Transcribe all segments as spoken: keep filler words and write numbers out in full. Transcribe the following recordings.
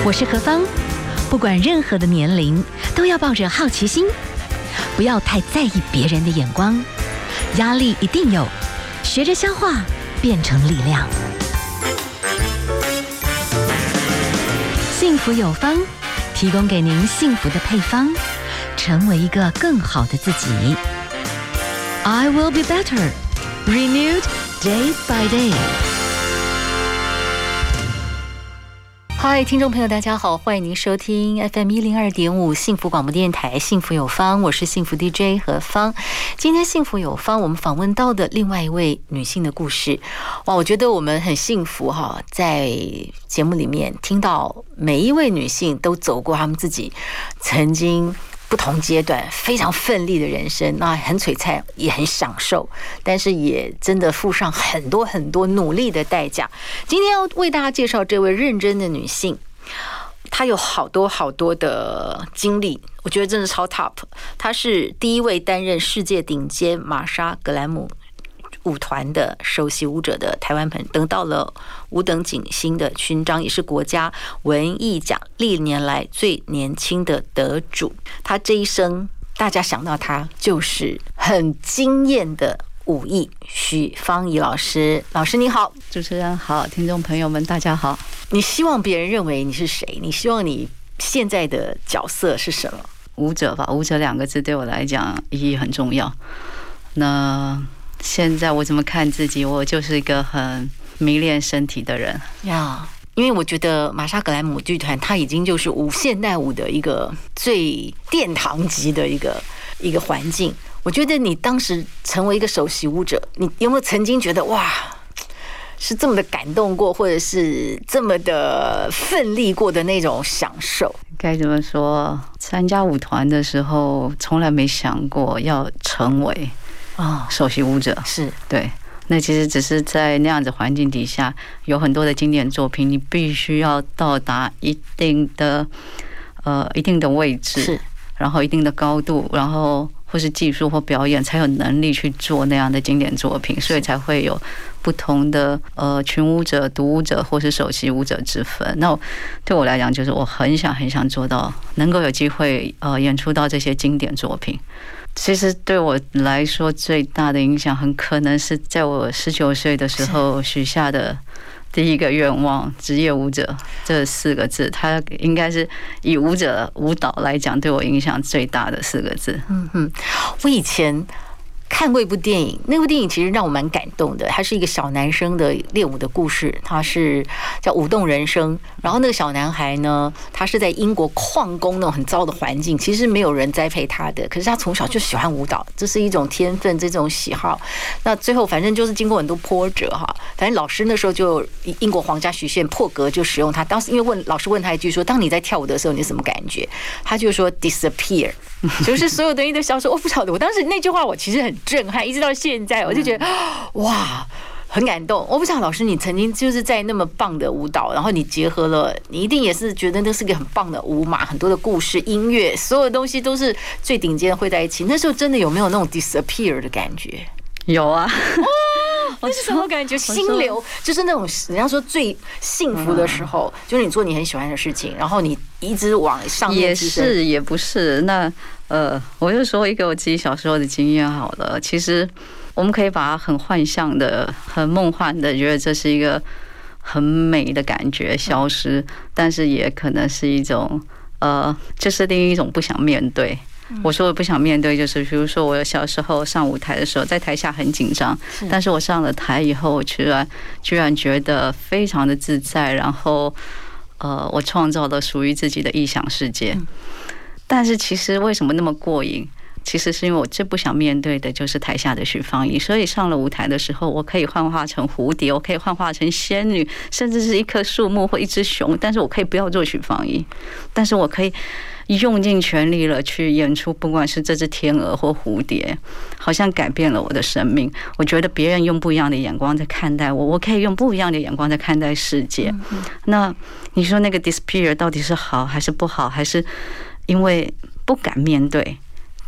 我是何芳，不管任何的年龄，都要抱着好奇心，不要太在意别人的眼光，压力一定有，学着消化，变成力量。幸福有方，提供给您幸福的配方，成为一个更好的自己。I will be better, renewed day by day。嗨，听众朋友，大家好，欢迎您收听 F M 一零二点五幸福广播电台，幸福有方，我是幸福 D J 何芳。今天幸福有方，我们访问到的另外一位女性的故事，哇，我觉得我们很幸福哈，在节目里面听到每一位女性都走过她们自己曾经不同阶段非常奋力的人生，那很璀璨，也很享受，但是也真的付上很多很多努力的代价。今天要为大家介绍这位认真的女性，她有好多好多的经历，我觉得真的超 top。她是第一位担任世界顶尖玛莎格兰姆舞团的首席舞者的台湾朋友，得到了五等景星的勋章，也是国家文艺奖历年来最年轻的得主。他这一生，大家想到他就是很惊艳的武艺许芳宜老师。老师你好。 主持人好，听众朋友们大家好。 你希望别人认为你是谁？你希望你现在的角色是什么？ 舞者吧，舞者两个字对我来讲意义很重要。那现在我怎么看自己？我就是一个很迷恋身体的人呀。Yeah, 因为我觉得玛莎格兰姆剧团它已经就是舞现代舞的一个最殿堂级的一个一个环境。我觉得你当时成为一个首席舞者，你有没有曾经觉得哇，是这么的感动过，或者是这么的奋力过的那种享受？ 该怎么说？参加舞团的时候，从来没想过要成为啊，首席舞者。是对，那其实只是在那样子环境底下，有很多的经典作品，你必须要到达一定的呃一定的位置，是，然后一定的高度，然后或是技术或表演，才有能力去做那样的经典作品，所以才会有不同的呃群舞者、独舞者或是首席舞者之分。那对我来讲，就是我很想很想做到，能够有机会呃演出到这些经典作品。其实对我来说最大的影响，很可能是在我十九岁的时候许下的第一个愿望——职业舞者这四个字，它应该是以舞者舞蹈来讲，对我影响最大的四个字。 嗯哼，我以前看过一部电影，那部电影其实让我蛮感动的。它是一个小男生的练舞的故事，它是叫《舞动人生》。然后那个小男孩呢，他是在英国矿工那种很糟的环境，其实没有人栽培他的，可是他从小就喜欢舞蹈，这是一种天分，这种喜好。那最后反正就是经过很多波折哈，反正老师那时候就英国皇家学院破格就使用他。当时因为问老师问他一句说：“当你在跳舞的时候，你什么感觉？”他就说 ：“disappear。”就是所有东西都消失。我不晓得，我当时那句话我其实很震撼，一直到现在我就觉得哇，很感动。我不晓得老师你曾经就是在那么棒的舞蹈，然后你结合了，你一定也是觉得那是个很棒的舞码，很多的故事、音乐，所有东西都是最顶尖的汇在一起。那时候真的有没有那种 disappear 的感觉？ 有啊。 那是什么感觉？心流就是那种人家说最幸福的时候，就是你做你很喜欢的事情，然后你一直往上面也是也不是。那呃，我就说一个我自己小时候的经验好了。其实我们可以把它很幻象的、很梦幻的，觉得这是一个很美的感觉消失，但是也可能是一种呃，就是另一种不想面对。我说我不想面对，就是比如说我小时候上舞台的时候，在台下很紧张，但是我上了台以后，我居然居然觉得非常的自在，然后呃，我创造了属于自己的臆想世界。但是其实为什么那么过瘾？其实是因为我最不想面对的就是台下的许芳宜，所以上了舞台的时候，我可以幻化成蝴蝶，我可以幻化成仙女，甚至是一棵树木或一只熊，但是我可以不要做许芳宜，但是我可以用尽全力了去演出，不管是这只天鹅或蝴蝶，好像改变了我的生命。我觉得别人用不一样的眼光在看待我，我可以用不一样的眼光在看待世界。那你说那个 disappear 到底是好还是不好，还是因为不敢面对，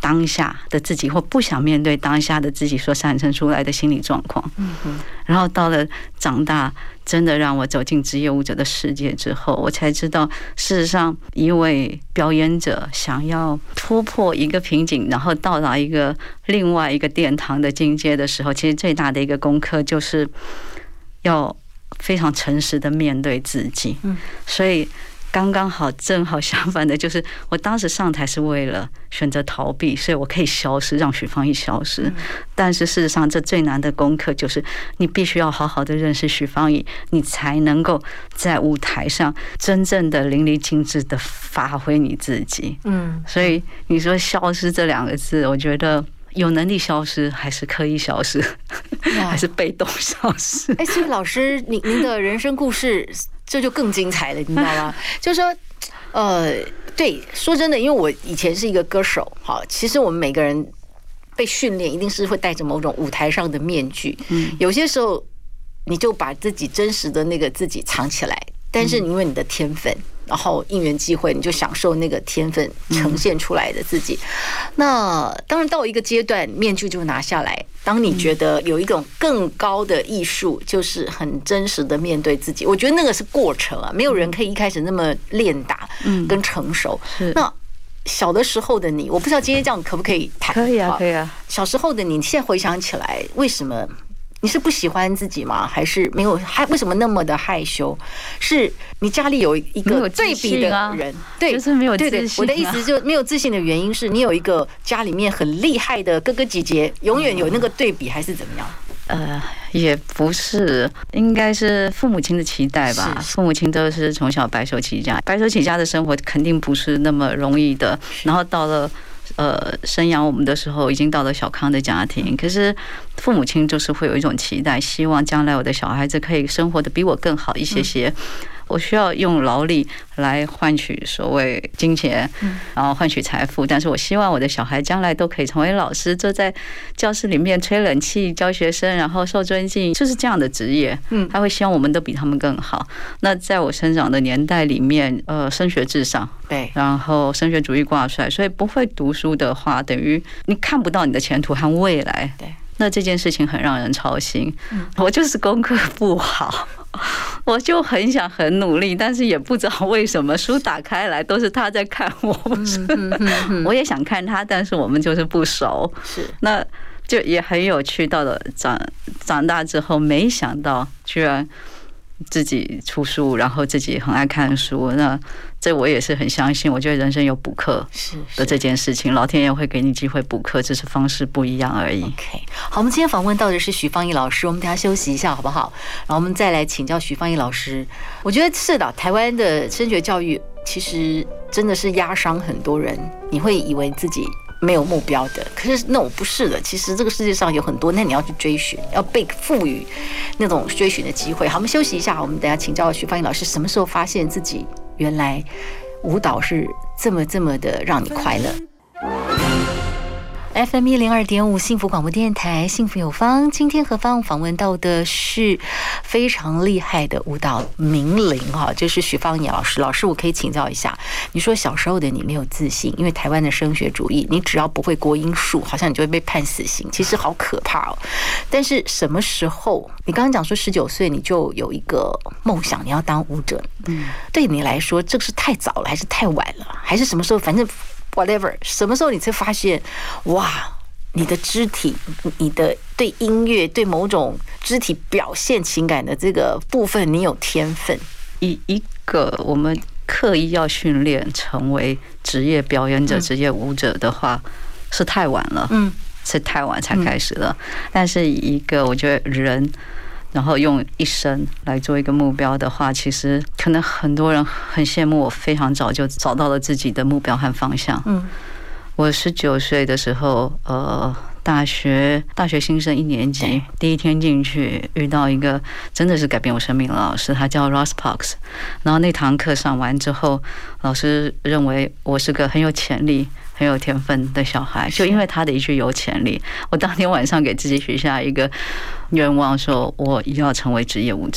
当下的自己，或不想面对当下的自己所产生出来的心理状况。嗯嗯。然后到了长大，真的让我走进职业舞者的世界之后，我才知道，事实上，一位表演者想要突破一个瓶颈，然后到达一个另外一个殿堂的境界的时候，其实最大的一个功课就是要非常诚实的面对自己。嗯。所以。刚刚好，正好相反的，就是我当时上台是为了选择逃避，所以我可以消失，让许芳宜消失。但是事实上，这最难的功课就是你必须要好好的认识许芳宜，你才能够在舞台上真正的淋漓尽致的发挥你自己。嗯，所以你说消失这两个字，我觉得有能力消失，还是刻意消失，还是被动消失？ 哎，所以老师，您您的人生故事。这就更精彩了，你知道吗？就是说，呃，对，说真的，因为我以前是一个歌手，好，其实我们每个人被训练，一定是会带着某种舞台上的面具。嗯，有些时候你就把自己真实的那个自己藏起来，但是因为你的天分，然后因缘际会，你就享受那个天分呈现出来的自己。那当然到一个阶段，面具就拿下来。当你觉得有一种更高的艺术，就是很真实的面对自己，我觉得那个是过程啊，没有人可以一开始那么练打跟成熟。那小的时候的你，我不知道今天这样可不可以谈？ 可以啊，可以啊。 小时候的你，现在回想起来，为什么？你是不喜欢自己吗？还是没有？还为什么那么的害羞？是你家里有一个对比的人，对， 就是没有自信啊。 对对，我的意思就没有自信的原因是你有一个家里面很厉害的哥哥姐姐，永远有那个对比，还是怎么样？ 呃，也不是，应该是父母亲的期待吧。父母亲都是从小白手起家，白手起家的生活肯定不是那么容易的。然后到了。呃，生养我们的时候已经到了小康的家庭，可是父母亲就是会有一种期待，希望将来我的小孩子可以生活的比我更好一些些。我需要用劳力来换取所谓金钱，然后换取财富，但是我希望我的小孩将来都可以成为老师，坐在教室里面吹冷气教学生，然后受尊敬，就是这样的职业。嗯，他会希望我们都比他们更好。那在我生长的年代里面，呃，升学至上， 对， 然后升学主义挂帅，所以不会读书的话，等于你看不到你的前途和未来。对，那这件事情很让人操心。我就是功课不好。我就很想很努力，但是也不知道为什么书打开来都是他在看我，不是？我也想看他，但是我们就是不熟。是，那就也很有趣。到了长长大之后，没想到居然自己出书，然后自己很爱看书。那这我也是很相信，我觉得人生有补课的这件事情，老天爷会给你机会补课，只是方式不一样而已。 OK， 好，我们今天访问到的是许芳宜老师，我们等一下休息一下好不好？然后我们再来请教许芳宜老师。我觉得是的，台湾的升学教育其实真的是压伤很多人，你会以为自己没有目标的，可是那我不是的。其实这个世界上有很多，那你要去追寻，要被赋予那种追寻的机会。好，我们休息一下，我们等一下请教许芳宜老师，什么时候发现自己原来舞蹈是这么这么的让你快乐。F M 一零二点五幸福广播电台，幸福有方。今天和方访问到的是非常厉害的舞蹈名伶哈，就是许芳宜老师。老师，我可以请教一下，你说小时候的你没有自信，因为台湾的升学主义，你只要不会国音数，好像你就会被判死刑，其实好可怕哦。但是什么时候，你刚刚讲说十九岁你就有一个梦想，你要当舞者，嗯，对你来说这个是太早了，还是太晚了，还是什么时候？反正。whatever， 什么时候你才发现，哇，你的肢体，你的对音乐、对某种肢体表现情感的这个部分，你有天分？ 一一个我们刻意要训练成为职业表演者、职业舞者的话，是太晚了，嗯，是太晚才开始了。但是一个我觉得人。然后用一生来做一个目标的话，其实可能很多人很羡慕我，非常早就找到了自己的目标和方向。嗯，我十九岁的时候，呃，大学大学新生一年级，第一天进去遇到一个真的是改变我生命的老师，他叫 Ross Parks。然后那堂课上完之后，老师认为我是个很有潜力、很有天分的小孩，就因为他的一句有潜力，我当天晚上给自己许下一个愿望，说我要成为职业舞者。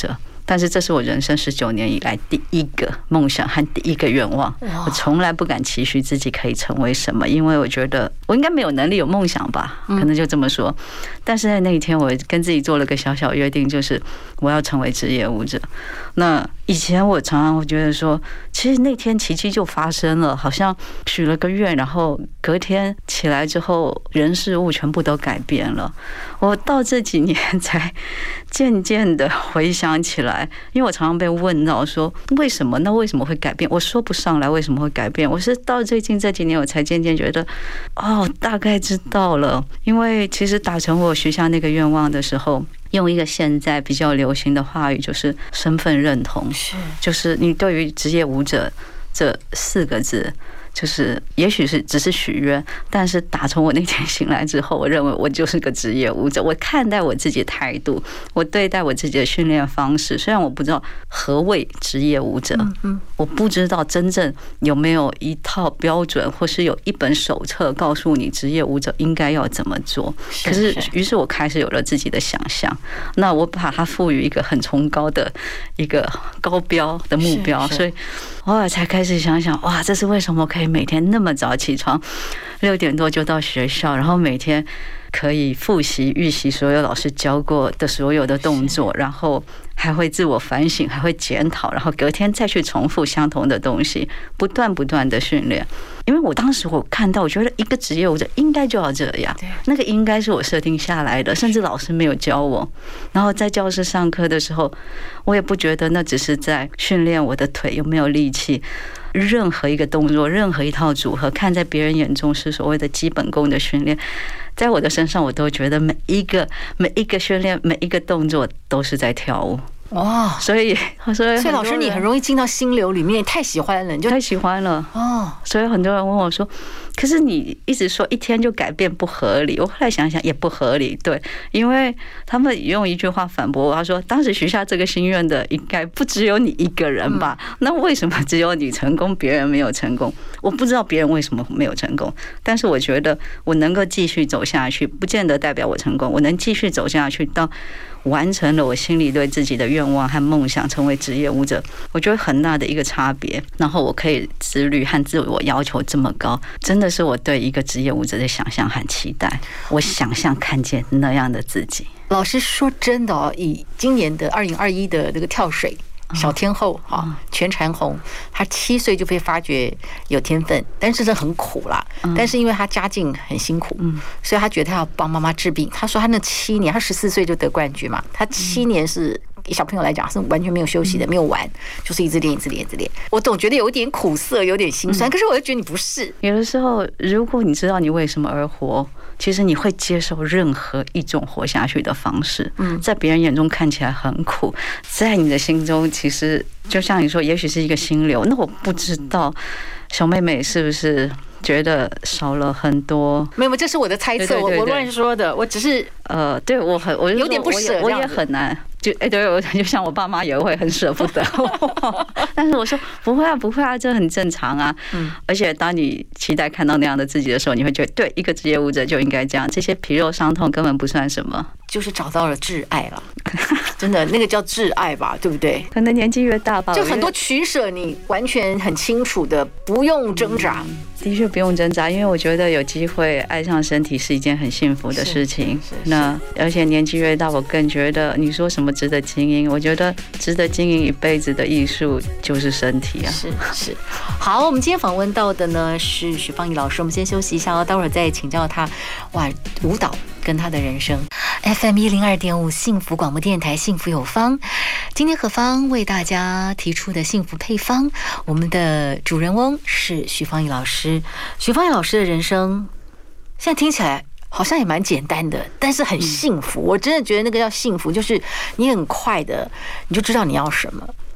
但是这是我人生十九年以来第一个梦想和第一个愿望。我从来不敢期许自己可以成为什么，因为我觉得我应该没有能力有梦想吧，可能就这么说。但是在那一天，我跟自己做了个小小约定，就是我要成为职业舞者。那以前我常常会觉得说，其实那天奇迹就发生了，好像许了个愿，然后隔天起来之后，人事物全部都改变了。我到这几年才渐渐的回想起来，因为我常常被问到说为什么？那为什么会改变？我说不上来为什么会改变。我是到最近这几年，我才渐渐觉得，哦，大概知道了。因为其实达成我许下那个愿望的时候，用一个现在比较流行的话语，就是身份认同，是，就是你对于职业舞者这四个字，就是也许是只是许愿，但是打从我那天醒来之后，我认为我就是个职业舞者。我看待我自己的态度，我对待我自己的训练方式，虽然我不知道何谓职业舞者，我不知道真正有没有一套标准，或是有一本手册告诉你职业舞者应该要怎么做。可是，于是我开始有了自己的想象，那我把它赋予一个很崇高的一个高标的目标，所以后来才开始想想，哇，这是为什么可以每天那么早起床，六点多就到学校，然后每天可以复习预习所有老师教过的所有的动作，然后还会自我反省，还会检讨，然后隔天再去重复相同的东西，不断不断的训练。因为我当时我看到，我觉得一个职业舞者应该就要这样，那个应该是我设定下来的，甚至老师没有教我。然后在教室上课的时候，我也不觉得那只是在训练我的腿有没有力气。任何一个动作，任何一套组合，看在别人眼中是所谓的基本功的训练，在我的身上，我都觉得每一个每一个训练，每一个动作都是在跳舞。哇！所以，所以， 所以老师，你很容易进到心流里面，太喜欢了，你就太喜欢了哦。所以很多人问我说：“可是你一直说一天就改变不合理。”我后来想想也不合理，对，因为他们用一句话反驳我，他说：“当时许下这个心愿的应该不只有你一个人吧？那为什么只有你成功，别人没有成功？”我不知道别人为什么没有成功，但是我觉得我能够继续走下去，不见得代表我成功。我能继续走下去到完成了我心里对自己的愿望和梦想，成为职业舞者，我觉得很大的一个差别。然后我可以自律和自我要求这么高，真的是我对一个职业舞者的想象和期待。我想象看见那样的自己。 老师说真的哦，以今年的二零二一的这个跳水小天后啊，全婵红，她七岁就被发觉有天分，但是这很苦啦。但是因为她家境很辛苦，所以她觉得她要帮妈妈治病。她说她那七年，她十四岁就得冠军嘛，她七年是以小朋友来讲是完全没有休息的，没有玩，就是一直练，一直练，一直练。我总觉得有点苦涩，有点心酸，可是我又觉得你不是。 有的时候，如果你知道你为什么而活，其实你会接受任何一种活下去的方式。在别人眼中看起来很苦，在你的心中，其实就像你说，也许是一个心流。那我不知道小妹妹是不是觉得少了很多？ 没有，这是我的猜测，我我乱说的。我只是呃，对我很我有点不舍， 我也很难。就哎，对我就像我爸妈也会很舍不得，但是我说不会啊，不会啊，这很正常啊。嗯，而且当你期待看到那样的自己的时候，你会觉得，对，一个职业舞者就应该这样，这些皮肉伤痛根本不算什么， 就是找到了挚爱了。真的，那个叫挚爱吧，对不对？ 可能年纪越大吧， 就很多取舍，你完全很清楚的，不用挣扎。 的确不用挣扎，因为我觉得有机会爱上身体是一件很幸福的事情。那而且年纪越大，我更觉得你说什么值得经营？我觉得值得经营一辈子的艺术就是身体啊。 是是。好，我们今天访问到的呢是许芳宜老师，我们先休息一下哦，待会儿再请教他。哇，舞蹈跟他的人生。F M 一零二点五幸福广播电台，幸福有方。今天何方为大家提出的幸福配方，我们的主人翁是许芳宜老师。许芳宜老师的人生，现在听起来好像也蛮简单的，但是很幸福。我真的觉得那个叫幸福，就是你很快的你就知道你要什么。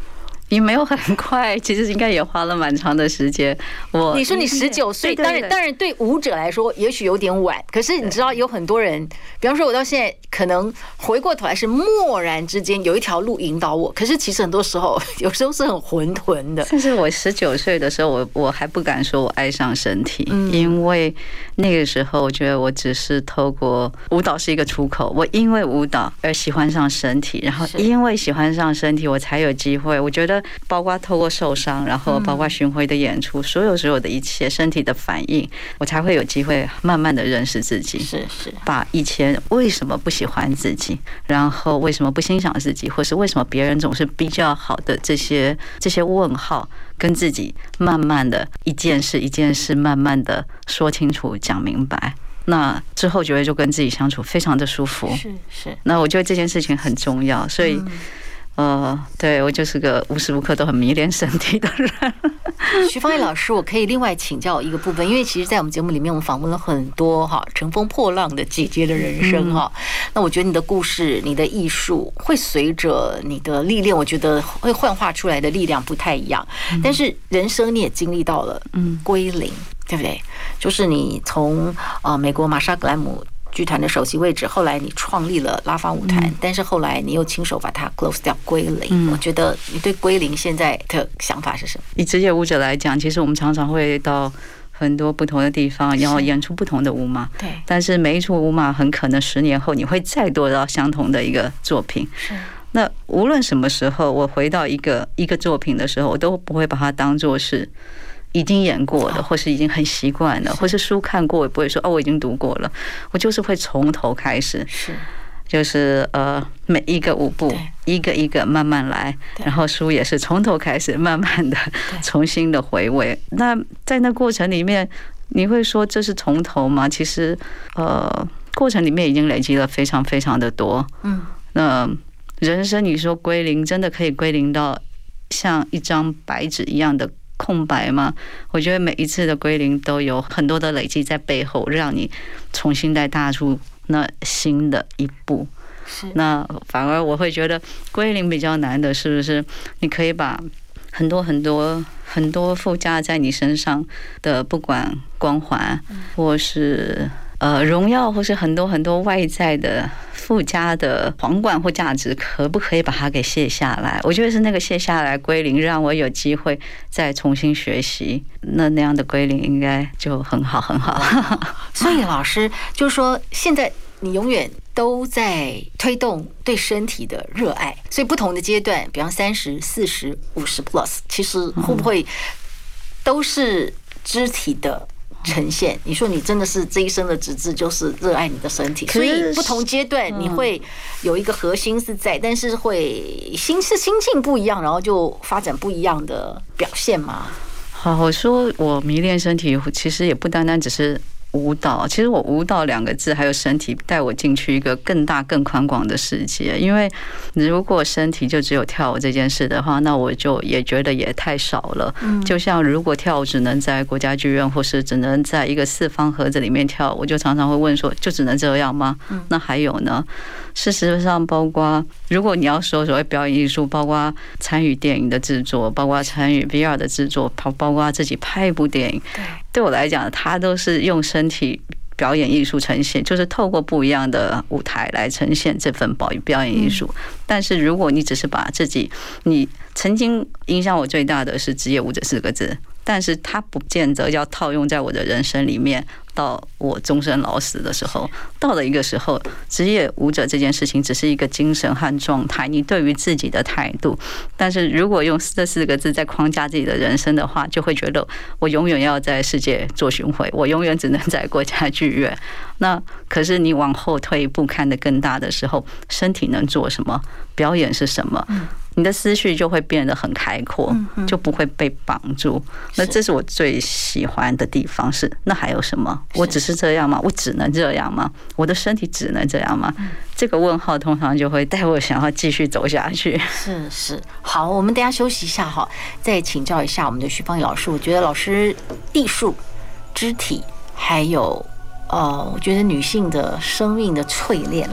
也没有很快，其实应该也花了蛮长的时间。我你说你十九岁，当然当然对舞者来说也许有点晚，可是你知道有很多人，比方说我到现在可能回过头来是蓦然之间有一条路引导我，可是其实很多时候有时候是很混沌的。 但是我十九岁的时候，我我还不敢说我爱上身体，因为那个时候我觉得我只是透过舞蹈是一个出口，我因为舞蹈而喜欢上身体，然后因为喜欢上身体，我才有机会。我觉得。包括透过受伤，然后包括巡回的演出，所有所有的一切身体的反应，我才会有机会慢慢的认识自己。 是是， 把以前为什么不喜欢自己，然后为什么不欣赏自己，或是为什么别人总是比较好的这些这些问号，跟自己慢慢的一件事一件事慢慢的说清楚讲明白。那之后觉得就跟自己相处非常的舒服。 是是， 那我觉得这件事情很重要，所以。呃，对我就是个无时无刻都很迷恋身体的人。 徐芳艺老师，我可以另外请教一个部分，因为其实，在我们节目里面，我们访问了很多哈乘风破浪的姐姐的人生哈。那我觉得你的故事、你的艺术会随着你的历练，我觉得会幻化出来的力量不太一样。但是人生你也经历到了归零，对不对？就是你从呃美国玛莎格兰姆剧团的首席位置，后来你创立了拉芳舞团，嗯、但是后来你又亲手把它 close 掉归零。嗯、我觉得你对归零现在的想法是什么？ 以职业舞者来讲，其实我们常常会到很多不同的地方，然后演出不同的舞码。对，但是每一出舞码很可能十年后你会再多到相同的一个作品。是。那无论什么时候，我回到一个一个作品的时候，我都不会把它当作是。已经演过的，或是已经很习惯了，或是书看过，也不会说哦，我已经读过了。我就是会从头开始，是，就是呃，每一个舞步，一个一个慢慢来，然后书也是从头开始，慢慢的重新的回味。那在那过程里面，你会说这是从头吗？其实，呃，过程里面已经累积了非常非常的多。嗯，那人生你说归零，真的可以归零到像一张白纸一样的空白吗？我觉得每一次的归零都有很多的累积在背后，让你重新再踏出那新的一步。那反而我会觉得归零比较难的，是不是？你可以把很多很多很多附加在你身上的，不管光环或是呃荣耀，或是很多很多外在的附加的皇冠或价值，可不可以把它给卸下来？我觉得是那个卸下来归零，让我有机会再重新学习。那那样的归零应该就很好很好。 所以老师就是说，现在你永远都在推动对身体的热爱，所以不同的阶段，比方三十、四十、五十 plus， 其实会不会都是肢体的呈现？你说你真的是这一生的职责就是热爱你的身体，所以不同阶段你会有一个核心是在，但是会心是心境不一样，然后就发展不一样的表现嘛。 好，我说我迷恋身体，其实也不单单只是舞蹈，其实我舞蹈两个字还有身体带我进去一个更大更宽广的世界。因为如果身体就只有跳舞这件事的话，那我就也觉得也太少了。就像如果跳舞只能在国家剧院或是只能在一个四方盒子里面跳，我就常常会问说，就只能这样吗？那还有呢？事实上，包括如果你要说所谓表演艺术，包括参与电影的制作，包括参与 V R 的制作，包包括自己拍一部电影，对我来讲，它都是用身体表演艺术呈现，就是透过不一样的舞台来呈现这份表表演艺术。但是如果你只是把自己，你曾经影响我最大的是职业舞者四个字，但是它不见得要套用在我的人生里面。到我终身老死的时候，到了一个时候，职业舞者这件事情只是一个精神和状态，你对于自己的态度。但是如果用这四个字在框架自己的人生的话，就会觉得我永远要在世界做巡回，我永远只能在国家剧院。那可是你往后退一步看得更大的时候，身体能做什么？表演是什么？你的思绪就会变得很开阔，就不会被绑住。那这是我最喜欢的地方。是那还有什么？我只是这样吗？我只能这样吗？我的身体只能这样吗？这个问号通常就会带我想要继续走下去。 是是，好，我们等一下休息一下哈，再请教一下我们的徐芳艺老师。我觉得老师艺术、肢体，还有呃，我觉得女性的生命的淬炼啦。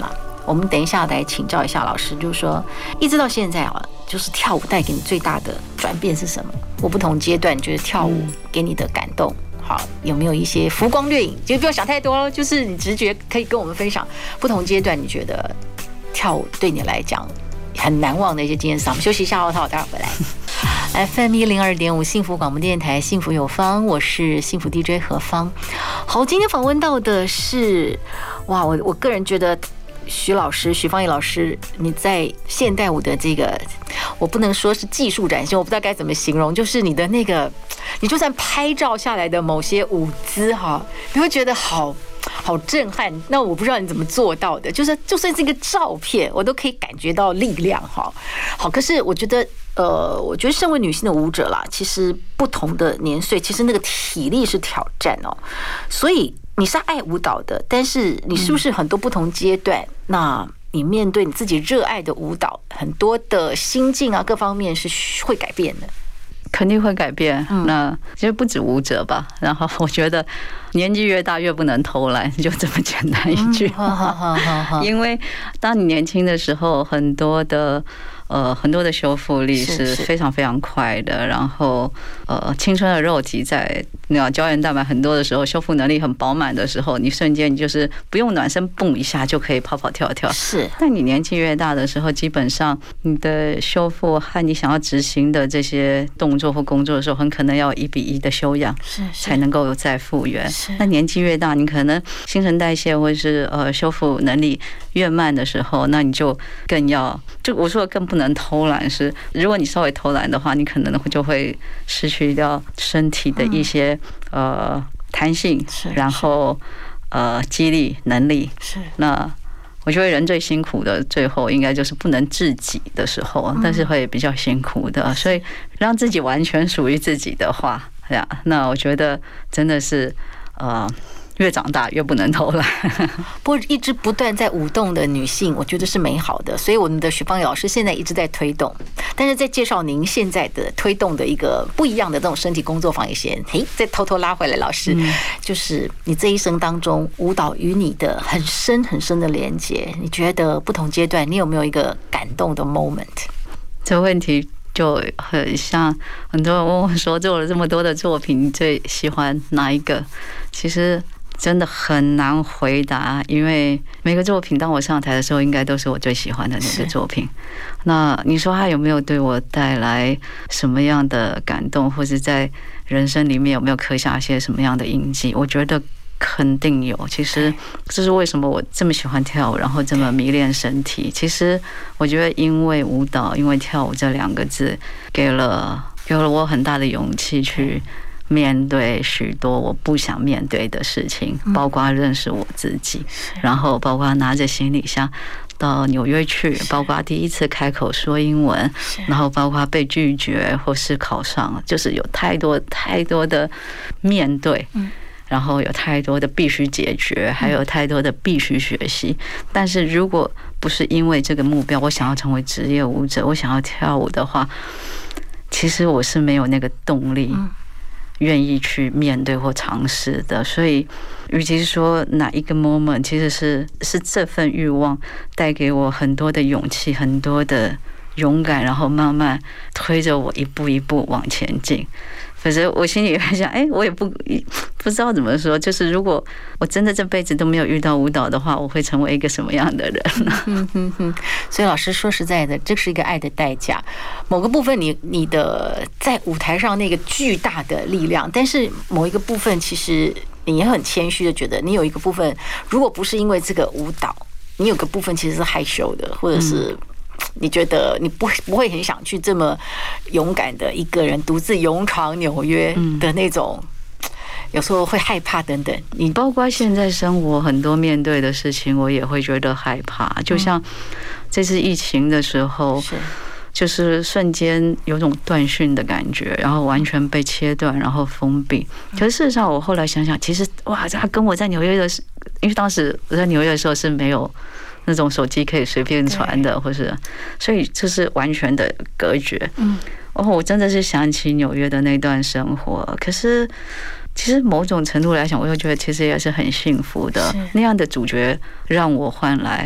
我们等一下来请教一下老师，就是说一直到现在啊，就是跳舞带给你最大的转变是什么？我不同阶段你觉得跳舞给你的感动，好，有没有一些浮光掠影？就不用想太多，就是你直觉可以跟我们分享不同阶段你觉得跳舞对你来讲很难忘的一些经验。我们休息一下哦，待会儿回来。F M 一零二点五幸福广播电台，幸福有方，我是幸福 D J 何芳。好，今天访问到的是，哇，我我个人觉得徐老师，徐芳怡老师，你在现代舞的这个，我不能说是技术展现，我不知道该怎么形容，就是你的那个，你就算拍照下来的某些舞姿哈，你会觉得好。好震撼！那我不知道你怎么做到的，就是就算是一个照片，我都可以感觉到力量哈。好，可是我觉得，呃，我觉得身为女性的舞者啦，其实不同的年岁，其实那个体力是挑战哦。所以你是爱舞蹈的，但是你是不是很多不同阶段，那你面对你自己热爱的舞蹈，很多的心境啊，各方面是会改变的。 肯定会改变。那其实不止舞者吧。然后我觉得年纪越大越不能偷懒，就这么简单一句话。因为当你年轻的时候，很多的呃很多的修复力是非常非常快的。然后呃青春的肉体在那胶原蛋白很多的时候，修复能力很饱满的时候，你瞬间就是不用暖身，蹦一下就可以跑跑跳跳。 是。 但你年纪越大的时候，基本上你的修复和你想要执行的这些动作或工作的时候，很可能要一比一的修养，才能够再复原。那年纪越大，你可能新陈代谢或是呃修复能力越慢的时候，那你就更要，就我说的更不能偷懒是，如果你稍微偷懒的话，你可能就会失去掉身体的一些呃弹性，然后呃肌力能力。是。那我觉得人最辛苦的最后应该就是不能自己的时候，但是会比较辛苦的。所以让自己完全属于自己的话呀，那我觉得真的是呃越长大越不能偷懒。 不过一直不断在舞动的女性，我觉得是美好的。所以我们的徐芳怡老师现在一直在推动，但是在介绍您现在的推动的一个不一样的这种身体工作坊以前，嘿，再偷偷拉回来，老师，就是你这一生当中舞蹈与你的很深很深的连接，你觉得不同阶段你有没有一个感动的 moment？ 这个问题就很像很多人问我说，做了这么多的作品，你最喜欢哪一个？其实真的很难回答，因为每个作品当我上台的时候，应该都是我最喜欢的那个作品。那你说它有没有对我带来什么样的感动，或是在人生里面有没有刻下一些什么样的印记？我觉得肯定有。其实这是为什么我这么喜欢跳舞，然后这么迷恋身体。其实我觉得，因为舞蹈，因为跳舞这两个字，给了给了我很大的勇气去面对许多我不想面对的事情，包括认识我自己，然后包括拿着行李箱到纽约去，包括第一次开口说英文，然后包括被拒绝或是考上，就是有太多太多的面对，然后有太多的必须解决，还有太多的必须学习。但是如果不是因为这个目标，我想要成为职业舞者，我想要跳舞的话，其实我是没有那个动力愿意去面对或尝试的。所以与其说哪一个 moment， 其实是是这份欲望带给我很多的勇气，很多的勇敢，然后慢慢推着我一步一步往前进。可是我心里也会想，哎，我也不不知道怎么说，就是如果我真的这辈子都没有遇到舞蹈的话，我会成为一个什么样的人呢？ 嗯哼哼。所以老师说实在的，这是一个爱的代价。某个部分你你的在舞台上那个巨大的力量，但是某一个部分其实你也很谦虚的觉得，你有一个部分如果不是因为这个舞蹈，你有个部分其实是害羞的，或者是你觉得你不不会很想去这么勇敢的一个人独自勇闯纽约的那种，有时候会害怕等等。 你包括现在生活很多面对的事情，我也会觉得害怕。就像这次疫情的时候，就是瞬间有种断讯的感觉，然后完全被切断，然后封闭。可是事实上，我后来想想，其实哇，他跟我在纽约的，因为当时我在纽约的时候是没有那种手机可以随便传的，或是，所以就是完全的隔绝。嗯，哦，我真的是想起纽约的那段生活。可是，其实某种程度来讲，我又觉得其实也是很幸福的。那样的主角让我换来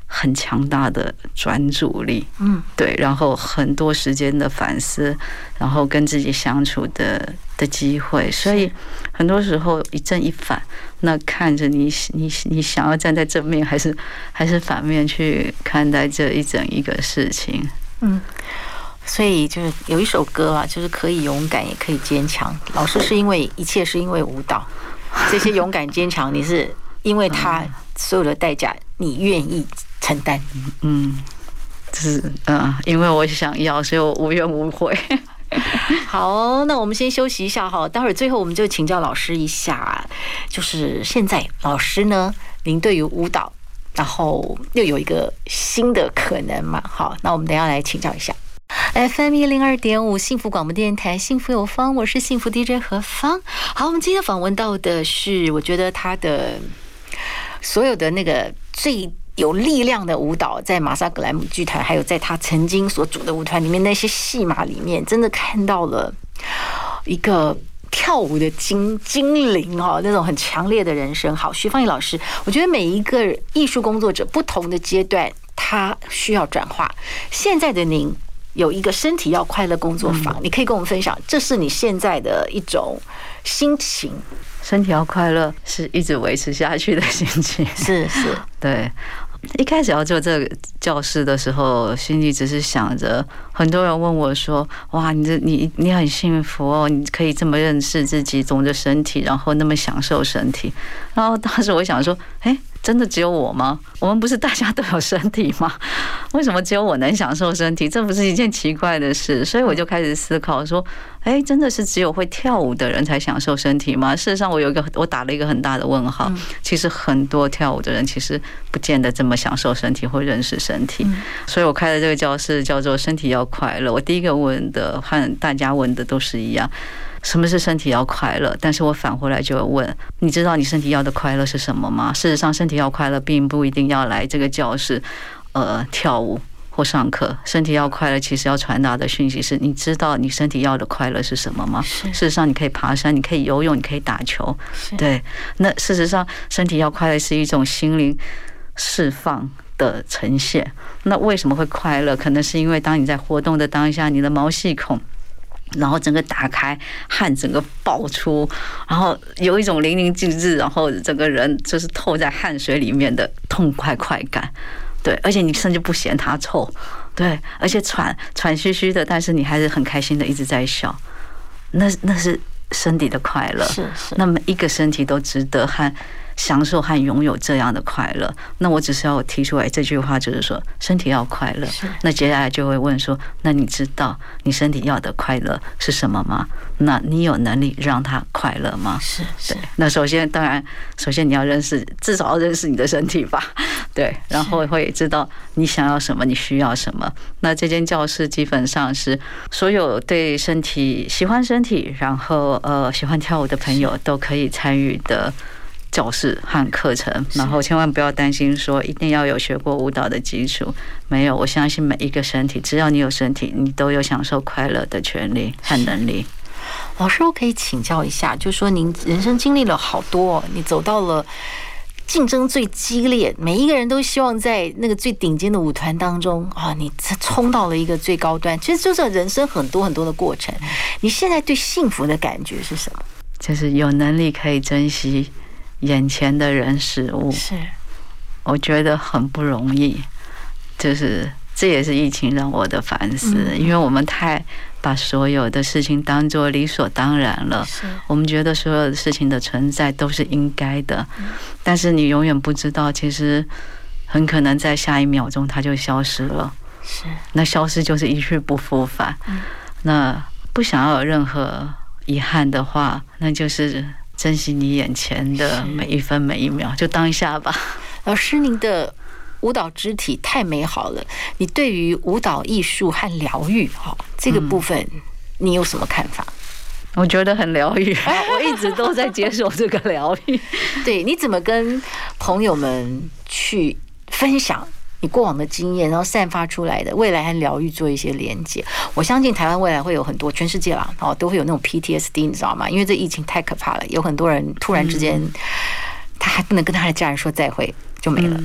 很强大的专注力，嗯，对，然后很多时间的反思，然后跟自己相处的的机会，所以很多时候一正一反，那看着你你你想要站在正面还是还是反面去看待这一整一个事情，嗯。 所以就是有一首歌啊，就是可以勇敢也可以坚强。老师是因为一切是因为舞蹈，这些勇敢坚强，你是因为他所有的代价，你愿意承担。 嗯，就是嗯，因为我想要，所以我无怨无悔。 好，那我们先休息一下哈，待会儿最后我们就请教老师一下，就是现在老师呢，您对于舞蹈，然后又有一个新的可能嘛？好，那我们等一下来请教一下。F M 一零二点五幸福广播电台，幸福有方，我是幸福 D J 何方。好，我们今天访问到的是，我觉得他的所有的那个最有力量的舞蹈，在马萨格莱姆剧团，还有在他曾经所组的舞团里面那些戏码里面，真的看到了一个跳舞的精精灵哦，那种很强烈的人生。好，徐芳怡老师，我觉得每一个艺术工作者不同的阶段，他需要转化。现在的您有一个身体要快乐工作坊，你可以跟我们分享，这是你现在的一种心情。 身体要快乐是一直维持下去的心情， 是是， 对。一开始要做这个教室的时候，心里只是想着，很多人问我说：“哇，你这你你很幸福哦，你可以这么认识自己，懂得身体，然后那么享受身体。”然后当时我想说：“哎，真的只有我吗？我们不是大家都有身体吗？为什么只有我能享受身体？这不是一件奇怪的事。”所以我就开始思考说：“哎，真的是只有会跳舞的人才享受身体吗？”事实上，我有一个我打了一个很大的问号。其实很多跳舞的人其实不见得这么享受身体或认识身体。所以我开的这个教室叫做“身体要快乐”。我第一个问的和大家问的都是一样。什么是身体要快乐？但是我反回来就会问，你知道你身体要的快乐是什么吗？事实上，身体要快乐并不一定要来这个教室，呃，跳舞或上课。身体要快乐，其实要传达的讯息是，你知道你身体要的快乐是什么吗？事实上，你可以爬山，你可以游泳，你可以打球，对。那事实上，身体要快乐是一种心灵释放的呈现。那为什么会快乐？可能是因为当你在活动的当下，你的毛细孔然后整个打开，汗整个爆出，然后有一种淋漓尽致，然后整个人就是透在汗水里面的痛快快感，对，而且你甚至不嫌它臭，对，而且喘喘吁吁的，但是你还是很开心的一直在笑，那那是身体的快乐， 是是， 那么一个身体都值得和享受和拥有这样的快乐。那我只是要提出来这句话，就是说身体要快乐。那接下来就会问说，那你知道你身体要的快乐是什么吗？那你有能力让它快乐吗？ 是是。 那首先，当然，首先你要认识，至少要认识你的身体吧。对，然后会知道你想要什么，你需要什么。那这间教室基本上是所有对身体喜欢身体，然后呃喜欢跳舞的朋友都可以参与的教室和课程，然后千万不要担心说一定要有学过舞蹈的基础，没有，我相信每一个身体，只要你有身体，你都有享受快乐的权利和能力。 老师，我可以请教一下，就是说您人生经历了好多，你走到了竞争最激烈，每一个人都希望在那个最顶尖的舞团当中啊，你冲到了一个最高端，其实就是人生很多很多的过程。你现在对幸福的感觉是什么？ 就是有能力可以珍惜眼前的人事物， 是， 我觉得很不容易。就是这也是疫情让我的反思，因为我们太把所有的事情当作理所当然了，我们觉得所有的事情的存在都是应该的，但是你永远不知道，其实很可能在下一秒钟它就消失了。是，那消失就是一去不复返。那不想要有任何遗憾的话，那就是珍惜你眼前的每一分每一秒，就当下吧。 老师，您的舞蹈肢体太美好了，你对于舞蹈艺术和疗愈哈这个部分，你有什么看法？ 我觉得很疗愈，我一直都在接受这个疗愈。 对，你怎么跟朋友们去分享你过往的经验，然后散发出来的未来和疗愈做一些连接？我相信台湾未来会有很多，全世界啦，哦，都会有那种 P T S D， 你知道吗？因为这疫情太可怕了，有很多人突然之间，他还不能跟他的家人说再会，就没了。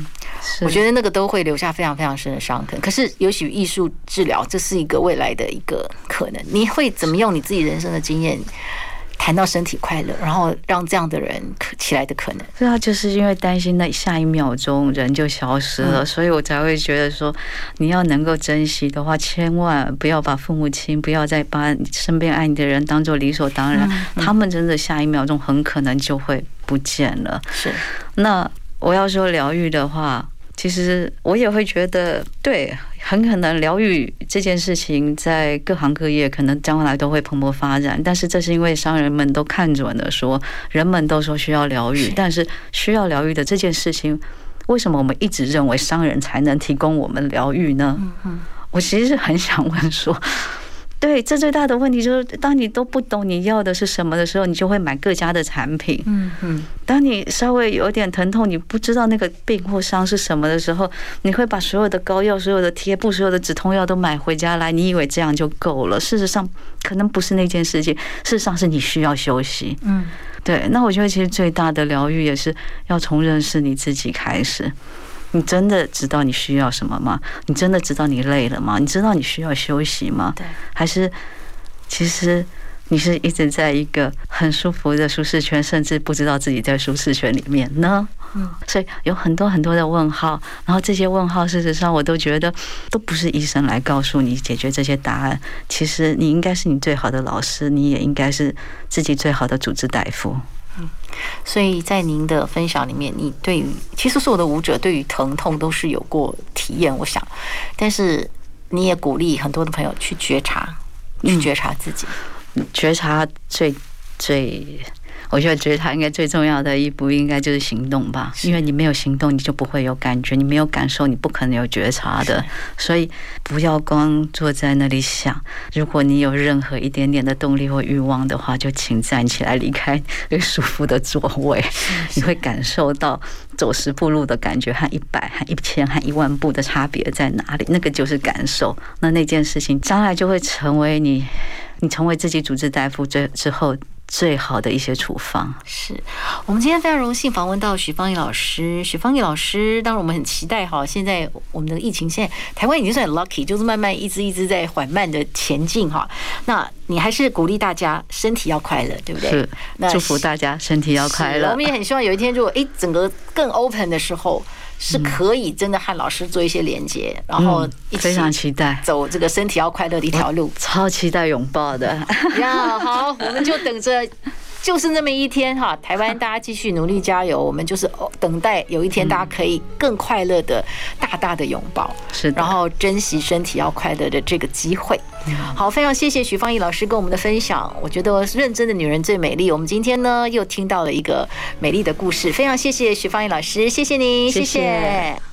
我觉得那个都会留下非常非常深的伤痕。可是也许艺术治疗这是一个未来的一个可能，你会怎么用你自己人生的经验谈到身体快乐，然后让这样的人起来的可能？ 对啊，就是因为担心那下一秒钟人就消失了，嗯、所以我才会觉得说，你要能够珍惜的话，千万不要把父母亲，不要再把身边爱你的人当做理所当然，嗯嗯、他们真的下一秒钟很可能就会不见了。 是， 那我要说疗愈的话，其实我也会觉得，对，很可能疗愈这件事情在各行各业可能将来都会蓬勃发展，但是这是因为商人们都看准了说，人们都说需要疗愈，但是需要疗愈的这件事情，为什么我们一直认为商人才能提供我们疗愈呢？我其实很想问说，对，这最大的问题就是，当你都不懂你要的是什么的时候，你就会买各家的产品。嗯嗯。当你稍微有点疼痛，你不知道那个病或伤是什么的时候，你会把所有的膏药、所有的贴布、所有的止痛药都买回家来，你以为这样就够了。事实上，可能不是那件事情，事实上是你需要休息。嗯，对。那我觉得其实最大的疗愈也是要从认识你自己开始。你真的知道你需要什么吗？你真的知道你累了吗？你知道你需要休息吗？对，还是其实你是一直在一个很舒服的舒适圈，甚至不知道自己在舒适圈里面呢？嗯，所以有很多很多的问号，然后这些问号，事实上我都觉得都不是医生来告诉你解决这些答案。其实你应该是你最好的老师，你也应该是自己最好的主治大夫。 嗯，所以在您的分享里面，你对于其实所有的舞者对于疼痛都是有过体验，我想，但是你也鼓励很多的朋友去觉察，去觉察自己， 嗯、觉察最最。我觉得觉察应该最重要的一步，应该就是行动吧。因为你没有行动，你就不会有感觉；你没有感受，你不可能有觉察的。所以不要光坐在那里想。如果你有任何一点点的动力或欲望的话，就请站起来，离开最舒服的座位。你会感受到走十步路的感觉和一百、和一千、和一万步的差别在哪里？那个就是感受。那那件事情将来就会成为你，你成为自己主治大夫之之后最好的一些处方。 是我们今天非常荣幸访问到许芳宜老师。许芳宜老师，当然我们很期待哈，现在我们的疫情，现在台湾已经算很 lucky， 就是慢慢一直一直在缓慢的前进哈。那你还是鼓励大家身体要快乐，对不对？ 是，祝福大家身体要快乐。 我们也很希望有一天，如果哎整个更 open 的时候，是可以真的和老师做一些连接，然后一起非常期待走这个身体要快乐的一条路， 超期待拥抱的呀！好，我们就等着，就是那么一天哈。台湾大家继续努力加油，我们就是等待有一天大家可以更快乐的大大的拥抱， 是， 然后珍惜身体要快乐的这个机会。好，非常谢谢许芳宜老师跟我们的分享。我觉得认真的女人最美丽。我们今天呢又听到了一个美丽的故事，非常谢谢许芳宜老师，谢谢您，谢谢。